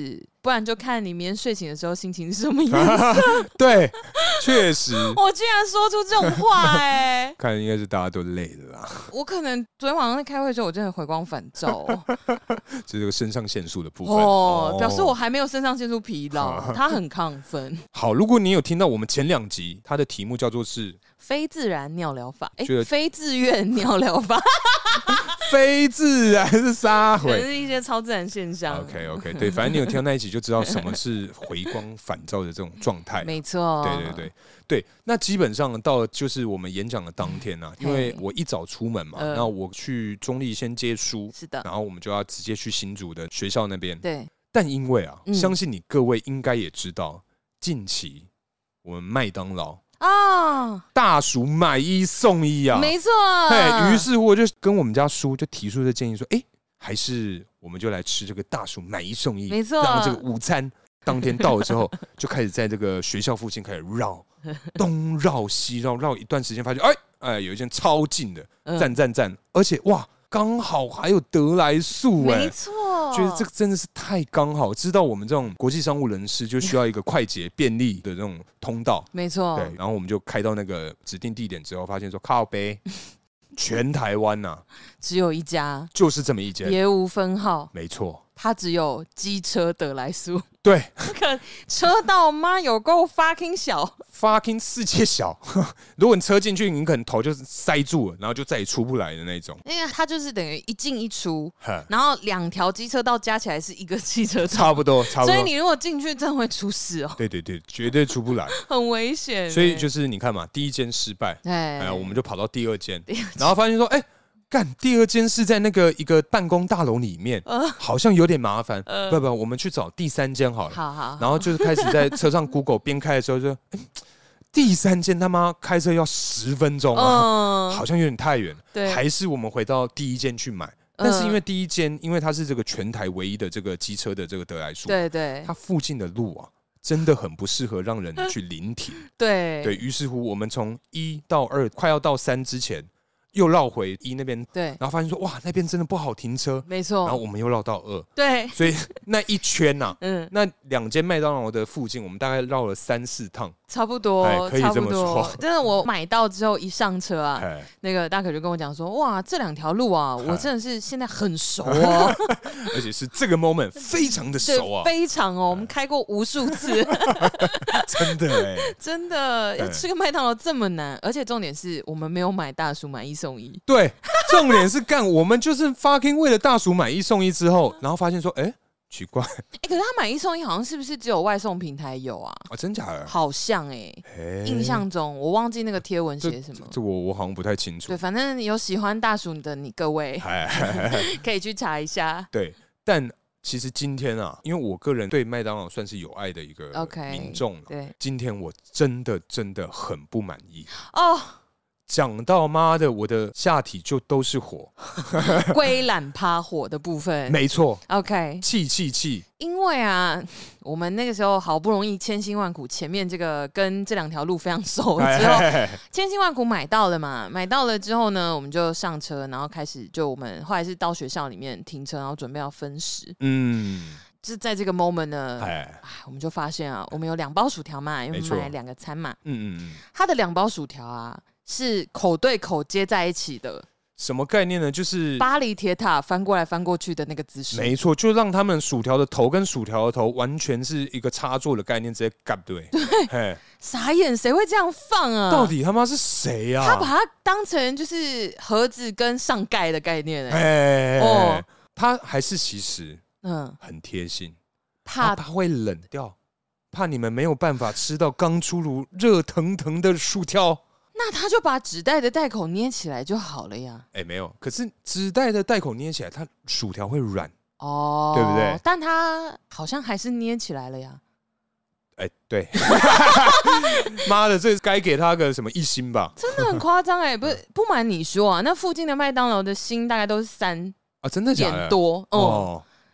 不然就看你明天睡醒的时候心情是什么样子。 对，确实。 我竟然说出这种话哎、欸！ 看应该是大家都累了啦。 我可能昨天晚上在开会的时候，我真的回光返照、哦。 这是个肾上腺素的部分哦，哦表示我还没有肾上腺素疲劳，它很亢奋。 好，如果你有听到我们前两集，它的题目叫做是非自然尿疗法，哎、欸，非自愿尿疗法。 非自然是啥回？ 是一些超自然现象。 OK OK， 对，反正你有听到那一集就知道什么是回光返照的这种状态。 没错， 对对对对。那基本上到就是我们演讲的当天啊，因为我一早出门嘛，那、呃、我去中立先接书， 是的， 然后我们就要直接去新竹的学校那边。 对。 但因为啊， 嗯、 相信你各位应该也知道，近期我们麦当劳。 啊！ 大薯买一送一啊， 没错。 于是乎我就跟我们家叔就提出这建议说，哎、欸，还是我们就来吃这个大薯买一送一， 没错。 然后这个午餐当天到了之后，就开始在这个学校附近开始绕，东绕西绕，绕一段时间，发现哎哎，有一间超近的，赞赞赞，而且哇，刚好还有得来速，哎， 没错。 觉得这个真的是太刚好，知道我们这种国际商务人士就需要一个快捷便利的这种通道， 没错。 对，然后我们就开到那个指定地点之后，发现说靠北，全台湾呐、啊、 只有一家， 就是这么一间， 别无分号， 没错， 它只有机车得来速。 对， 那个车道妈有够 fucking 小 ，fucking 世界小。如果你车进去，你可能头就塞住了，然后就再也出不来的那种。 因为它就是等于一进一出，然后两条机车道加起来是一个汽车道， 差不多，差不多。 所以你如果进去，真的会出事哦。 对对对，绝对出不来， 很危险。 所以就是你看嘛，第一间失败，哎、呃，我们就跑到第二间，然后发现说，哎、欸。干，第二间是在那个一个办公大楼里面，呃、好像有点麻烦。呃、不不，我们去找第三间好了。 好好好。 然后就是开始在车上 Google 边开的时候就，欸、第三间他妈开车要十分钟啊，呃、好像有点太远。 对， 还是我们回到第一间去买。但是因为第一间，因为它是这个全台唯一的这个机车的这个得来速， 对对， 它附近的路啊。真的很不适合让人去临停。 对， 对，于是乎，我们从一到二，快要到三之前。又绕回一那边， 对， 然后发现说哇，那边真的不好停车， 没错。 然后我们又绕到二， 对， 所以那一圈呐、啊， 嗯， 那两间麦当劳的附近，我们大概绕了三四趟， 差不多， 可以这么说。 真的，我买到之后一上车啊，那个大可就跟我讲说，哇，这两条路啊，我真的是现在很熟哦， 而且是这个 moment 非常的熟啊， 非常哦，我们开过无数次， 真的哎、欸， 真的要吃个麦当劳这么难，而且重点是我们没有买大薯买一送一， 对。重点是干，我们就是 fucking 为了大薯买一送一之后，然后发现说，哎、欸，奇怪，哎、 欸，可是他买一送一好像是不是只有外送平台有啊？ 啊，真假的？ 好像哎、欸，印象中我忘记那个贴文写什么， 这我我好像不太清楚。 对，反正有喜欢大薯的你各位可以去查一下。 对，但其实今天啊，因为我个人对麦当劳算是有爱的一个民众、okay, 对， 今天我真的真的很不满意哦。 讲到妈的，我的下体就都是火， 龟懒趴火的部分， 没错。 OK， 气气气！ 因为啊，我们那个时候好不容易千辛万苦，前面这个跟这两条路非常熟之后，千辛万苦买到了嘛，买到了之后呢，我们就上车，然后开始就我们后来是到学校里面停车，然后准备要分食。嗯。就是在这个 moment 呢，我们就发现啊，我们有两包薯条嘛，因为我们买两个餐嘛，嗯嗯嗯，它的两包薯条啊是口对口接在一起的， 什么概念呢？就是巴黎铁塔翻过来翻过去的那个姿势， 没错，就让他们薯条的头跟薯条的头完全是一个插座的概念，直接夹对， 对，傻眼，谁会这样放啊？ 到底他妈是谁啊？ 他把它当成就是盒子跟上盖的概念、欸， 哎，哦，他还是其实。嗯，很贴心，怕它会冷掉，怕你们没有办法吃到刚出炉热腾腾的薯条。 那他就把纸袋的袋口捏起来就好了呀。 哎、欸，没有，可是纸袋的袋口捏起来，它薯条会软哦， 对不对？ 但它好像还是捏起来了呀。 哎、欸，对，妈的，这该给他个什么一星吧？ 真的很夸张哎，不是不瞒你说啊，那附近的麦当劳的星大概都是三啊，真的假的？ 点多哦。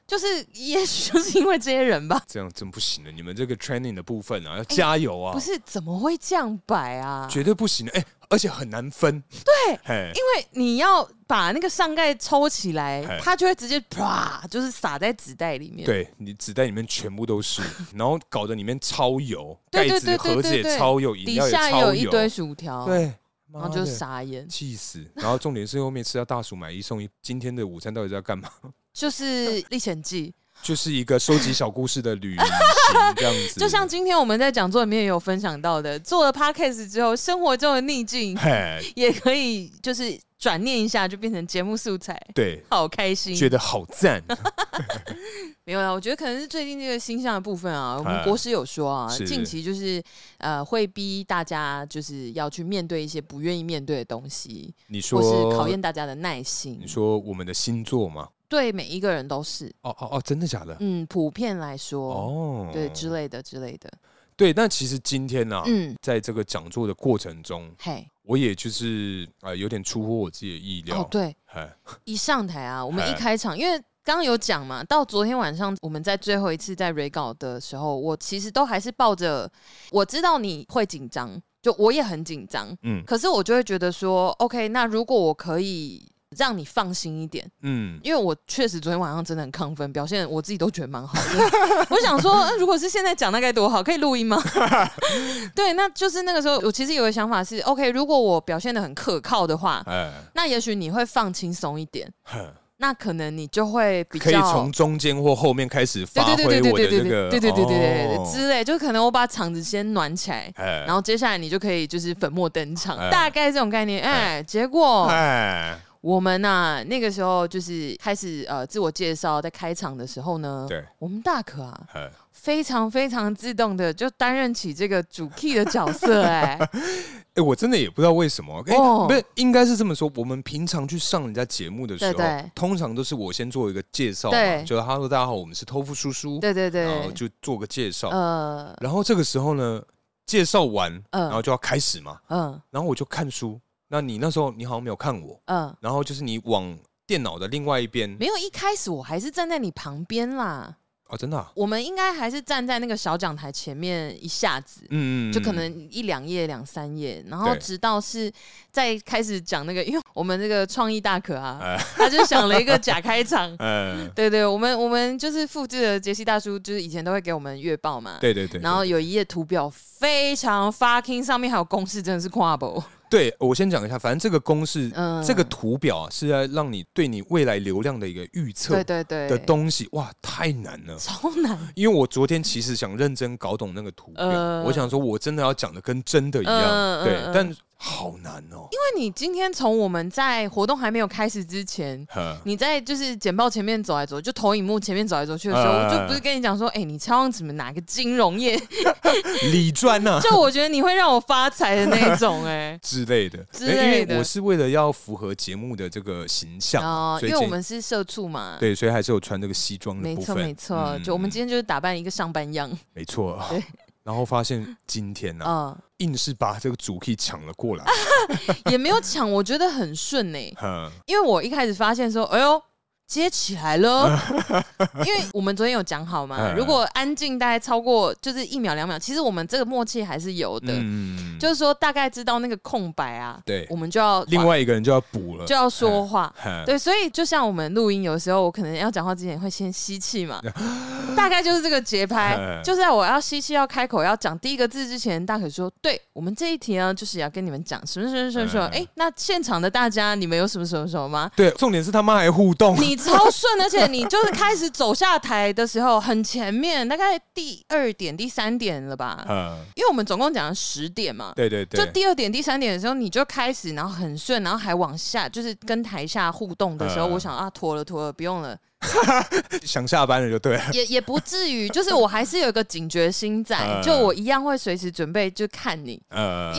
就是也许就是因为这些人吧。 这样真不行了，你们这个 training 的部分啊，要加油啊！ 不是怎么会这样摆啊？ 绝对不行的，哎、欸，而且很难分。 对，因为你要把那个上盖抽起来，它就会直接啪，就是撒在纸袋里面。 对，你纸袋里面全部都是，然后搞得里面超油，盖子盒子也超油，饮料也超油， 底下有一堆薯条。 对。 然后就傻眼， 气死！然后重点是后面吃到大薯买一送一，今天的午餐到底在干嘛？ 就是《历险记》， 就是一个收集小故事的旅行这样子。 就像今天我们在讲座里面也有分享到的，做了 podcast 之后，生活中的逆境也可以就是转念一下，就变成节目素材。 对， 好开心， 觉得好赞。 没有啦，我觉得可能是最近这个星象的部分啊，我们国师有说啊，近期就是呃会逼大家就是要去面对一些不愿意面对的东西， 你说或是考验大家的耐心。 你说我们的星座吗？ 对，每一个人都是。 哦哦哦，真的假的？ 嗯，普遍来说，哦，对，之类的之类的。 对，但其实今天呢、啊，嗯，在这个讲座的过程中， 嘿， 我也就是呃有点出乎我自己的意料。 哦，对，一上台啊，我们一开场，因为刚刚有讲嘛，到昨天晚上我们在最后一次在 re 稿的时候，我其实都还是抱着我知道你会紧张，就我也很紧张，嗯，可是我就会觉得说 ，OK， 那如果我可以让你放心一点，嗯，因为我确实昨天晚上真的很亢奋，表现我自己都觉得蛮好的。我想说、呃，如果是现在讲那该多好，可以录音吗？对，那就是那个时候，我其实有个想法是 ，OK， 如果我表现得很可靠的话，那也许你会放轻松一点。那可能你就会比较可以从中间或后面开始发挥我的这个， 对对对对对对之类，就可能我把场子先暖起来，然后接下来你就可以就是粉墨登场，大概这种概念。哎，结果我们啊那个时候就是开始呃自我介绍，在开场的时候呢，对，我们大可啊非常非常自动的就担任起这个主 key 的角色，哎。 哎、欸，我真的也不知道为什么，哎、欸，oh. 不是，应该是这么说。我们平常去上人家节目的时候，对对，通常都是我先做一个介绍嘛，就 Hello 大家好，我们是豆腐叔叔， 对对对， 然后就做个介绍，呃，然后这个时候呢，介绍完，嗯、呃，然后就要开始嘛，嗯、呃，然后我就看书，那你那时候你好像没有看我，嗯、呃，然后就是你往电脑的另外一边， 没有，一开始我还是站在你旁边啦。 哦，真的、啊， 我们应该还是站在那个小讲台前面一下子，嗯，就可能一两页、两三页，然后直到是在开始讲那个，因为我们那个创意大可啊，呃、他就想了一个假开场，呃、对对，我们我们就是复制了杰西大叔，就是以前都会给我们月报嘛， 对对 对, 对， 然后有一页图表非常 fucking， 上面还有公式，真的是跨博。 对，我先讲一下，反正这个公式、嗯、这个图表啊，是在让你对你未来流量的一个预测，对对对的东西，哇，太难了， 超难。 因为我昨天其实想认真搞懂那个图表，呃、我想说我真的要讲的跟真的一样，呃、对，呃、但好难哦。 因为你今天从我们在活动还没有开始之前，你在就是简报前面走来走，就投影幕前面走来走去的时候，呃、我就不是跟你讲说，哎、欸，你超像什么哪个金融业理专呢？ 就我觉得你会让我发财的那种、欸，哎。 之类的，之类的，因为我是为了要符合节目的这个形象， 哦，因为我们是社畜嘛， 对，所以还是有穿这个西装的部分， 没错没错，嗯、就我们今天就是打扮一个上班样， 没错，对，然后发现今天呢、啊，嗯、硬是把这个主 key 抢了过来， 也没有抢，我觉得很顺哎、欸，因为我一开始发现说，哎呦。接起来了，因为我们昨天有讲好嘛，如果安静大概超过就是一秒两秒，其实我们这个默契还是有的，嗯、就是说大概知道那个空白啊，对，我们就要另外一个人就要补了， 就要说话，对，所以就像我们录音，有时候我可能要讲话之前会先吸气嘛，大概就是这个节拍，就是在我要吸气要开口要讲第一个字之前，大可说，对我们这一题呢，就是要跟你们讲什么什么什么什么，哎，那现场的大家你们有什么什么什么吗？ 对，重点是他妈还互动， 你。超顺，而且你就是开始走下台的时候，很前面，大概第二点、第三点了吧？嗯，因为我们总共讲了十点嘛。 对对对。 就第二点、第三点的时候，你就开始，然后很顺，然后还往下，就是跟台下互动的时候，嗯、我想啊，妥了妥了，不用了。 想下班了就对了， 也也不至于，就是我还是有一个警觉心在，嗯、就我一样会随时准备就看你，嗯、因为。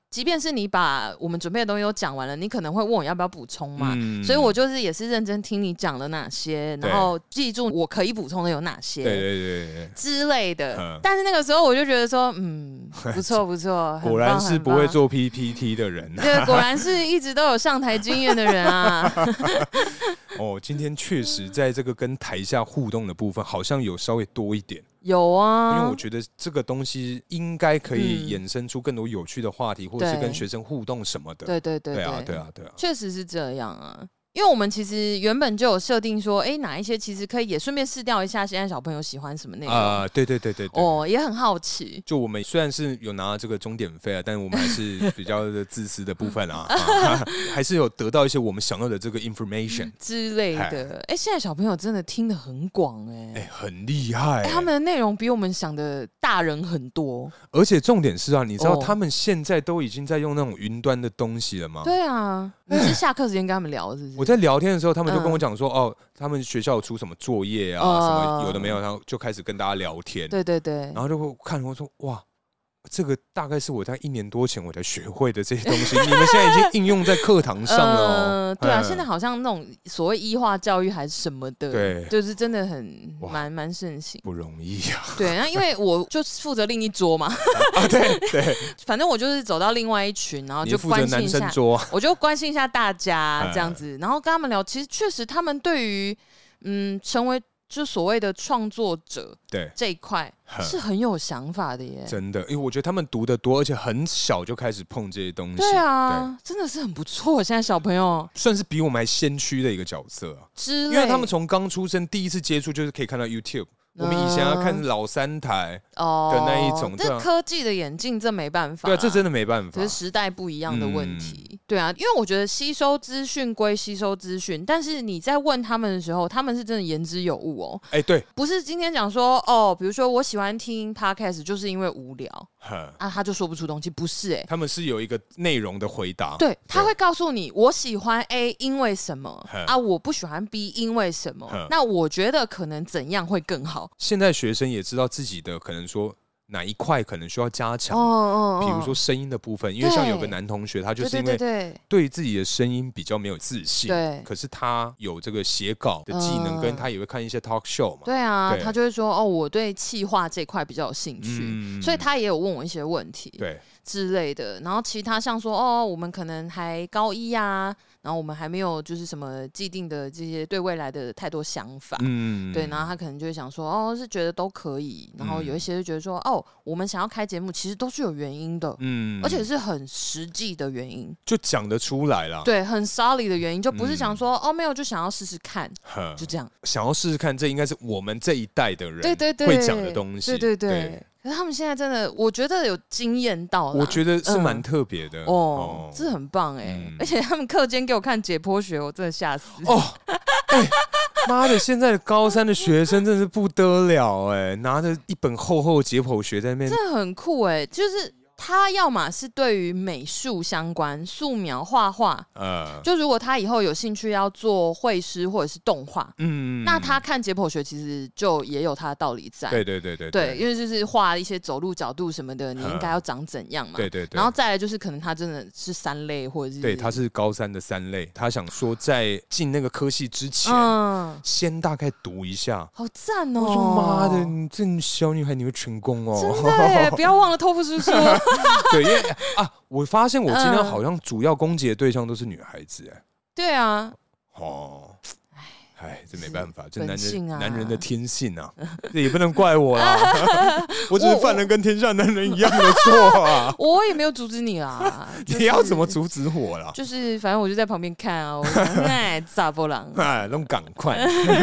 即便是你把我们准备的东西都讲完了，你可能会问我要不要补充嘛、 嗯， 所以我就是也是认真听你讲了哪些，然后记住我可以补充的有哪些， 对对对对之类的。但是那个时候我就觉得说，嗯，不错不错， 果然是不会做 P P T 的人， 对，果然是一直都有上台经验的人啊。 哦，今天确实在这个跟台下互动的部分，好像有稍微多一点。 有啊， 因为我觉得这个东西应该可以衍生出更多有趣的话题，嗯、或者是跟学生互动什么的。 对对对对啊对啊对啊， 确实是这样啊。因为我们其实原本就有设定说，哎，哪一些其实可以也顺便试调一下现在小朋友喜欢什么内容啊、 呃？对对对对对， 哦，也很好奇。 就我们虽然是有拿这个钟点费啊，但是我们还是比较的自私的部分啊，啊还是有得到一些我们想要的这个 information 之类的。哎，现在小朋友真的听得很广哎、欸， 哎，很厉害、欸， 他们的内容比我们想的大人很多。 而且重点是啊，你知道他们现在都已经在用那种云端的东西了吗？ 对啊，你是下课时间跟他们聊是不是？ 我在聊天的时候，他们就跟我讲说，嗯、哦，他们学校有出什么作业啊，呃、什么有的没有，然后就开始跟大家聊天。 对对对， 然后就会看我说，哇，这个大概是我在一年多前我才学会的这些东西，你们现在已经应用在课堂上了哦。 呃、对啊、嗯，现在好像那种所谓医化教育还是什么的， 对， 就是真的很蛮蛮盛行， 不容易啊。 对，那因为我就负责另一桌嘛， 啊对对， 反正我就是走到另外一群，然后就关心一下，我就关心一下大家这样子，然后跟他们聊，其实确实他们对于嗯成为。就所谓的创作者， 对这一块是很有想法的耶， 真的，因为我觉得他们读得多，而且很小就开始碰这些东西， 对啊，对真的是很不错。现在小朋友算是比我们还先驱的一个角色啊，因为他们从刚出生第一次接触就是可以看到 YouTube。我们以前要看老三台的那一种， 这、哦啊、科技的演进，这没办法。 对、啊，这真的没办法。 可是时代不一样的问题，嗯、对啊，因为我觉得吸收资讯归吸收资讯，但是你在问他们的时候，他们是真的言之有物哦。 哎、欸，对， 不是今天讲说哦，比如说我喜欢听 podcast， 就是因为无聊啊，他就说不出东西，不是哎、欸， 他们是有一个内容的回答， 对，他会告诉你我喜欢 A 因为什么啊，我不喜欢 B 因为什么，那我觉得可能怎样会更好。 现在学生也知道自己的可能说哪一块可能需要加强，哦哦哦，比如说声音的部分，因为像有个男同学，他就是因为对自己的声音比较没有自信，对，可是他有这个写稿的技能，跟他也会看一些 talk show 嘛， 对啊，对他就会说哦，我对企划这块比较有兴趣，嗯、所以他也有问我一些问题，对之类的。然后其他像说哦，我们可能还高一啊。然后我们还没有就是什么既定的这些对未来的太多想法，嗯，对，然后他可能就会想说，哦，是觉得都可以，然后有一些就觉得说，哦，我们想要开节目，其实都是有原因的，嗯，而且是很实际的原因， 就讲得出来啦， 对，很 solid 的原因，就不是想说，嗯、哦，没有，就想要试试看，就这样， 想要试试看，这应该是我们这一代的人对对对会讲的东西， 对对对。对可是他们现在真的，我觉得有惊艳到， 我觉得是蛮特别的、嗯、哦, 哦，这很棒哎、欸嗯！而且他们课间给我看解剖学，我真的吓死哦！哎，妈的，现在的高三的学生真的是不得了哎、欸，拿着一本厚厚解剖学在那边， 真的很酷哎、欸，就是。他要么是对于美术相关，素描、画画，呃，就如果他以后有兴趣要做绘师或者是动画，嗯，那他看解剖学其实就也有他的道理在， 对对对对， 对，因为就是画一些走路角度什么的，你应该要长怎样嘛， 对对对， 然后再来就是可能他真的是三类或者是， 对，他是高三的三类，他想说在进那个科系之前，嗯，先大概读一下， 好赞哦！ 我说妈的，你这小女孩你会成功哦， 真的，不要忘了托付叔叔。 对，因为啊，我发现我今天好像主要攻击的对象都是女孩子，哎， 对啊， 哦，哎，这没办法，这男人、啊、男人的天性啊，这也不能怪我啦，我只是犯了跟天下男人一样的错啊， 我也没有阻止你啦， 就是、你要怎么阻止我啦？ 就是反正我就在旁边看啊，我哎，咋不郎， 哎，弄赶快，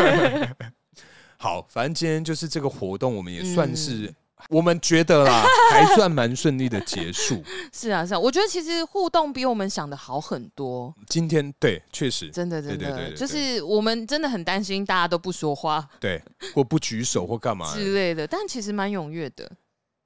好，反正今天就是这个活动，我们也算是。嗯我们觉得啦，还算蛮顺利的结束。 是啊，是啊，我觉得其实互动比我们想的好很多。 今天对，确实， 真的真的，对对对对对，就是我们真的很担心大家都不说话， 对，或不举手或干嘛之类的，但其实蛮踊跃的。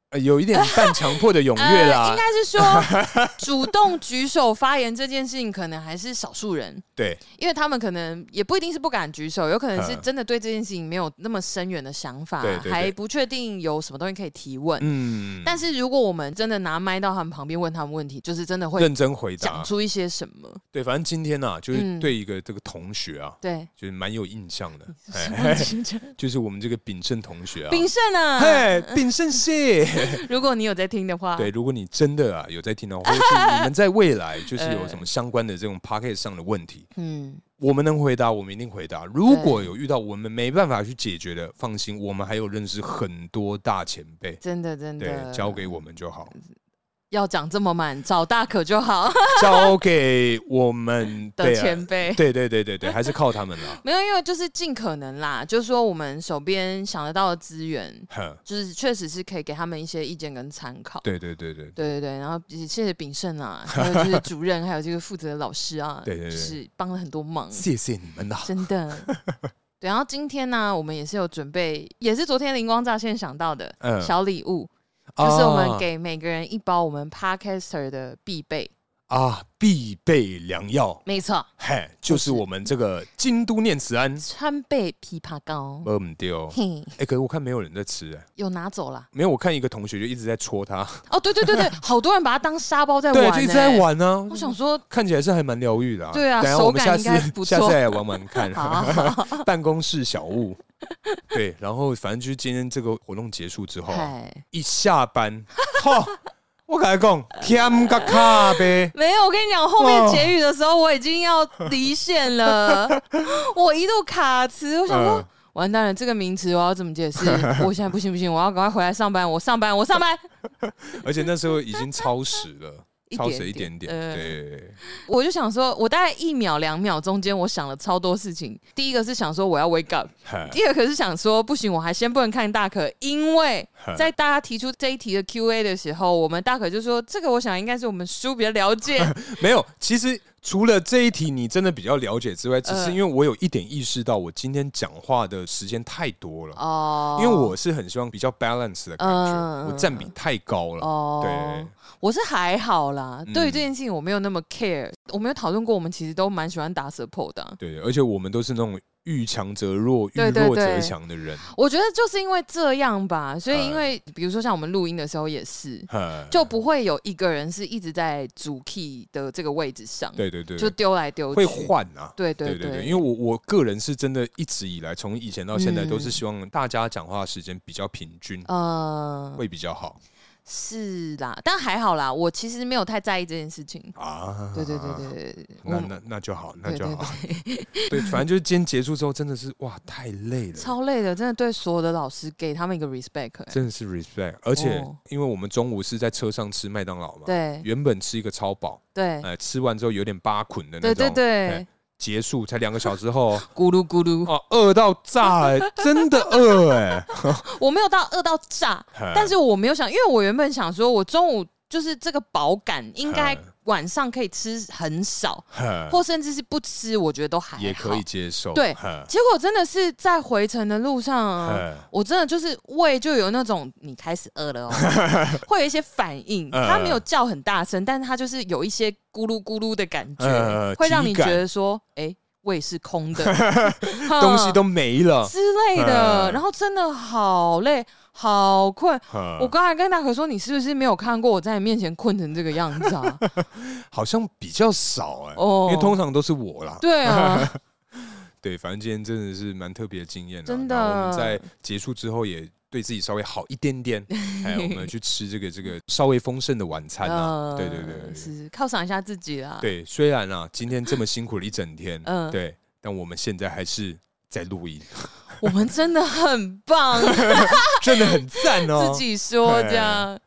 呃、有一点半强迫的踊跃啦、 呃，应该是说主动举手发言这件事情可能还是少数人， 对， 因为他们可能也不一定是不敢举手，有可能是真的对这件事情没有那么深远的想法，对对对，还不确定有什么东西可以提问。嗯，但是如果我们真的拿麦到他们旁边问他们问题，就是真的会认真回答， 讲出一些什么。 对，反正今天啊，就是对一个这个同学啊， 对、嗯， 就是蛮有印象的，就是我们这个炳胜同学啊， 炳胜啊， 嘿，炳胜谢。 如果你有在听的话， 对，如果你真的啊有在听的话，或者是你们在未来就是有什么相关的这种 podcast 上的问题，嗯，我们能回答，我们一定回答。如果有遇到我们没办法去解决的，放心，我们还有认识很多大前辈， 真的真的， 对，交给我们就好。 要讲这么满，找大可就好， 交给我们的前辈。 对对对对对，还是靠他们啦。 没有，因为就是尽可能啦，就是说我们手边想得到的资源，就是确实是可以给他们一些意见跟参考。 对对对对对对对。然后谢谢炳胜啊，还有就是主任，还有这个负责的老师啊，对对对，就是帮了很多忙。 谢谢你们啦， 真的。对，然后今天呢，我们也是有准备，也是昨天灵光乍现想到的小礼物。就是我们给每个人一包我们 Podcaster 的必备啊，必备良药， 没错， 嘿，就是我们这个京都念慈庵川贝枇杷膏， 没唔对哦，哎，可是我看没有人在吃，哎， 有拿走啦， 没有，我看一个同学就一直在戳它， 哦，对对对对，好多人把它当沙包在玩， 对，就一直在玩呢。 我想说， 看起来是还蛮疗愈的， 对啊，手感应该不错， 下次来玩玩看，办公室小物。对，然后反正就是今天这个活动结束之后，一下班，哈，我跟你讲，添个卡呗。 没有，我跟你讲，后面结语的时候我已经要离线了，我一度卡词，我想说，完蛋了，这个名词我要怎么解释？我现在不行不行，我要赶快回来上班，我上班，我上班。 而且那时候已经超时了。超时一点点， 呃、 对。 我就想说，我大概一秒两秒中间，我想了超多事情。第一个是想说我要 wake up， 第二个是想说不行，我还先不能看大可，因为在大家提出这一题的 Q A 的时候，我们大可就说这个，我想应该是我们书比较了解。 没有，其实除了这一题你真的比较了解之外，只是因为我有一点意识到，我今天讲话的时间太多了哦，因为我是很希望比较 balance 的感觉，嗯、我占比太高了，哦、对。 我是还好啦，嗯、对于这件事情我没有那么 care。我们有讨论过，我们其实都蛮喜欢打 support 的、啊。 对，而且我们都是那种遇强则弱、遇弱则强的人。 我觉得就是因为这样吧，所以因为比如说像我们录音的时候也是，就不会有一个人是一直在主 key 的这个位置上。 对对对， 就丢来丢去， 会换啊。 对对 对, 对, 对, 对，因为我我个人是真的一直以来，从以前到现在，都是希望大家讲话的时间比较平均，嗯，会比较好。 是啦，但还好啦，我其实没有太在意这件事情啊。对对对对对， 那那那就好，那就好。对, 对, 对, 对，反正就是今天结束之后，真的是哇，太累了， 超累的，真的对所有的老师给他们一个 respect，、欸、 真的是 respect。而且、哦、因为我们中午是在车上吃麦当劳嘛， 对， 原本吃一个超饱， 对， 呃，吃完之后有点八捆的那种， 对对对。 结束才两个小时后， 咕噜咕噜哦，饿到炸哎、欸，真的饿哎、欸！ 我没有到饿到炸，但是我没有想，因为我原本想说，我中午就是这个饱感，应该晚上可以吃很少，或甚至是不吃，我觉得都还好， 也可以接受。 对，结果真的是在回程的路上，我真的就是胃就有那种你开始饿了哦，会有一些反应。它没有叫很大声，但是它就是有一些咕噜咕噜的感觉，呃、会让你觉得说，哎、欸。胃是空的， 东西都没了之类的，然后真的好累好困。我刚才跟大可说，你是不是没有看过我在你面前困成这个样子啊？ 好像比较少哎、欸，哦、因为通常都是我啦。 对啊， 对，反正今天真的是蛮特别的经验， 真的。 我们在结束之后也对自己稍微好一点点，还有我们去吃这个这个稍微丰盛的晚餐啊，呃、对对 对, 對， 是犒赏一下自己啦。 对，虽然啊今天这么辛苦了一整天，嗯、呃，对，但我们现在还是在录音， 我们真的很棒， 真的很赞哦， 自己说这样。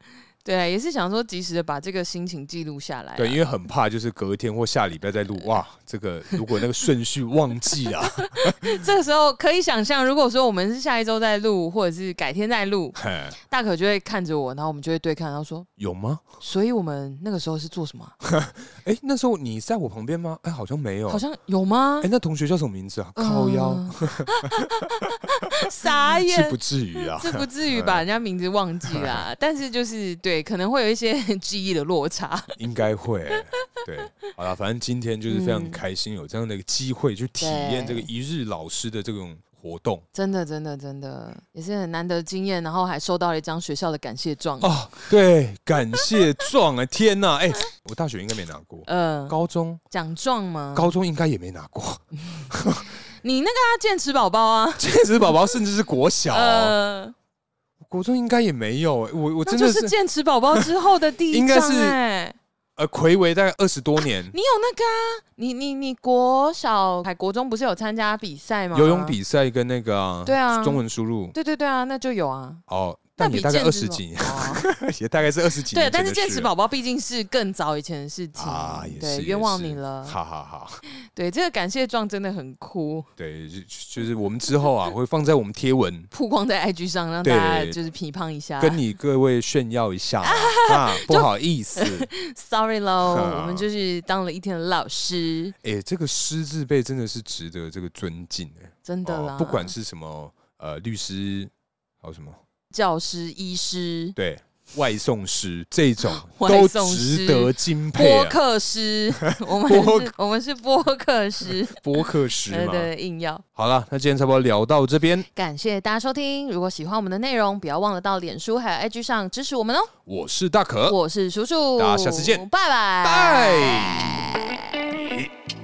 对，也是想说及时的把这个心情记录下来。 对，因为很怕就是隔天或下礼拜再录，哇，这个如果那个顺序忘记了， 这个时候可以想象，如果说我们是下一周再录，或者是改天再录，大可就会看着我，然后我们就会对看，然后说有吗？ 所以我们那个时候是做什么？ 哎，那时候你在我旁边吗？哎，好像没有， 好像有吗？ 哎，那同学叫什么名字啊？靠腰， 傻眼， 是不至于啊， 是不至于把人家名字忘记啦，但是就是对，可能会有一些记忆的落差， 应该会。对，好啦，反正今天就是非常开心，有这样的一个机会去体验这个一日老师的这种活动， 真的，真的，真的也是很难得经验，然后还收到了一张学校的感谢状哦，对，感谢状啊！天哪，哎，我大学应该没拿过，嗯、呃，高中奖状吗？ 高中应该也没拿过。 你那个啊，剑齿宝宝啊， 剑齿宝宝甚至是国小、哦。呃国中应该也没有，我我真的是就是剑齿宝宝之后的第一张、欸，应该是呃睽违大概二十多年。 你有那个啊？你你你国小还国中不是有参加比赛吗？ 游泳比赛跟那个、啊、 对啊， 中文输入， 对对对啊，那就有啊。 哦。但也大概二十几年，也大概是二十几年。 对，但是剑齿宝宝毕竟是更早以前的事情啊，对，冤枉你了。 好好好， 对，这个感谢状真的很酷。 对，就就是我们之后啊会放在我们贴文， 曝光在 I G 上，让大家就是批判一下， 跟你各位炫耀一下啊，不好意思 ，sorry 咯，我们就是当了一天的老师。 哎，这个师字辈真的是值得这个尊敬哎， 真的啦， 不管是什么呃律师，还有什么。 教师、医师， 对，外送师这种都值得敬佩、啊。 播客师，我们是，我们是播客师， 播客师嘛， 对对，硬要。 好了，那今天差不多聊到这边， 感谢大家收听。如果喜欢我们的内容，不要忘了到脸书还有 I G 上支持我们哦。 我是大可， 我是叔叔， 大家下次见， 拜拜， 拜。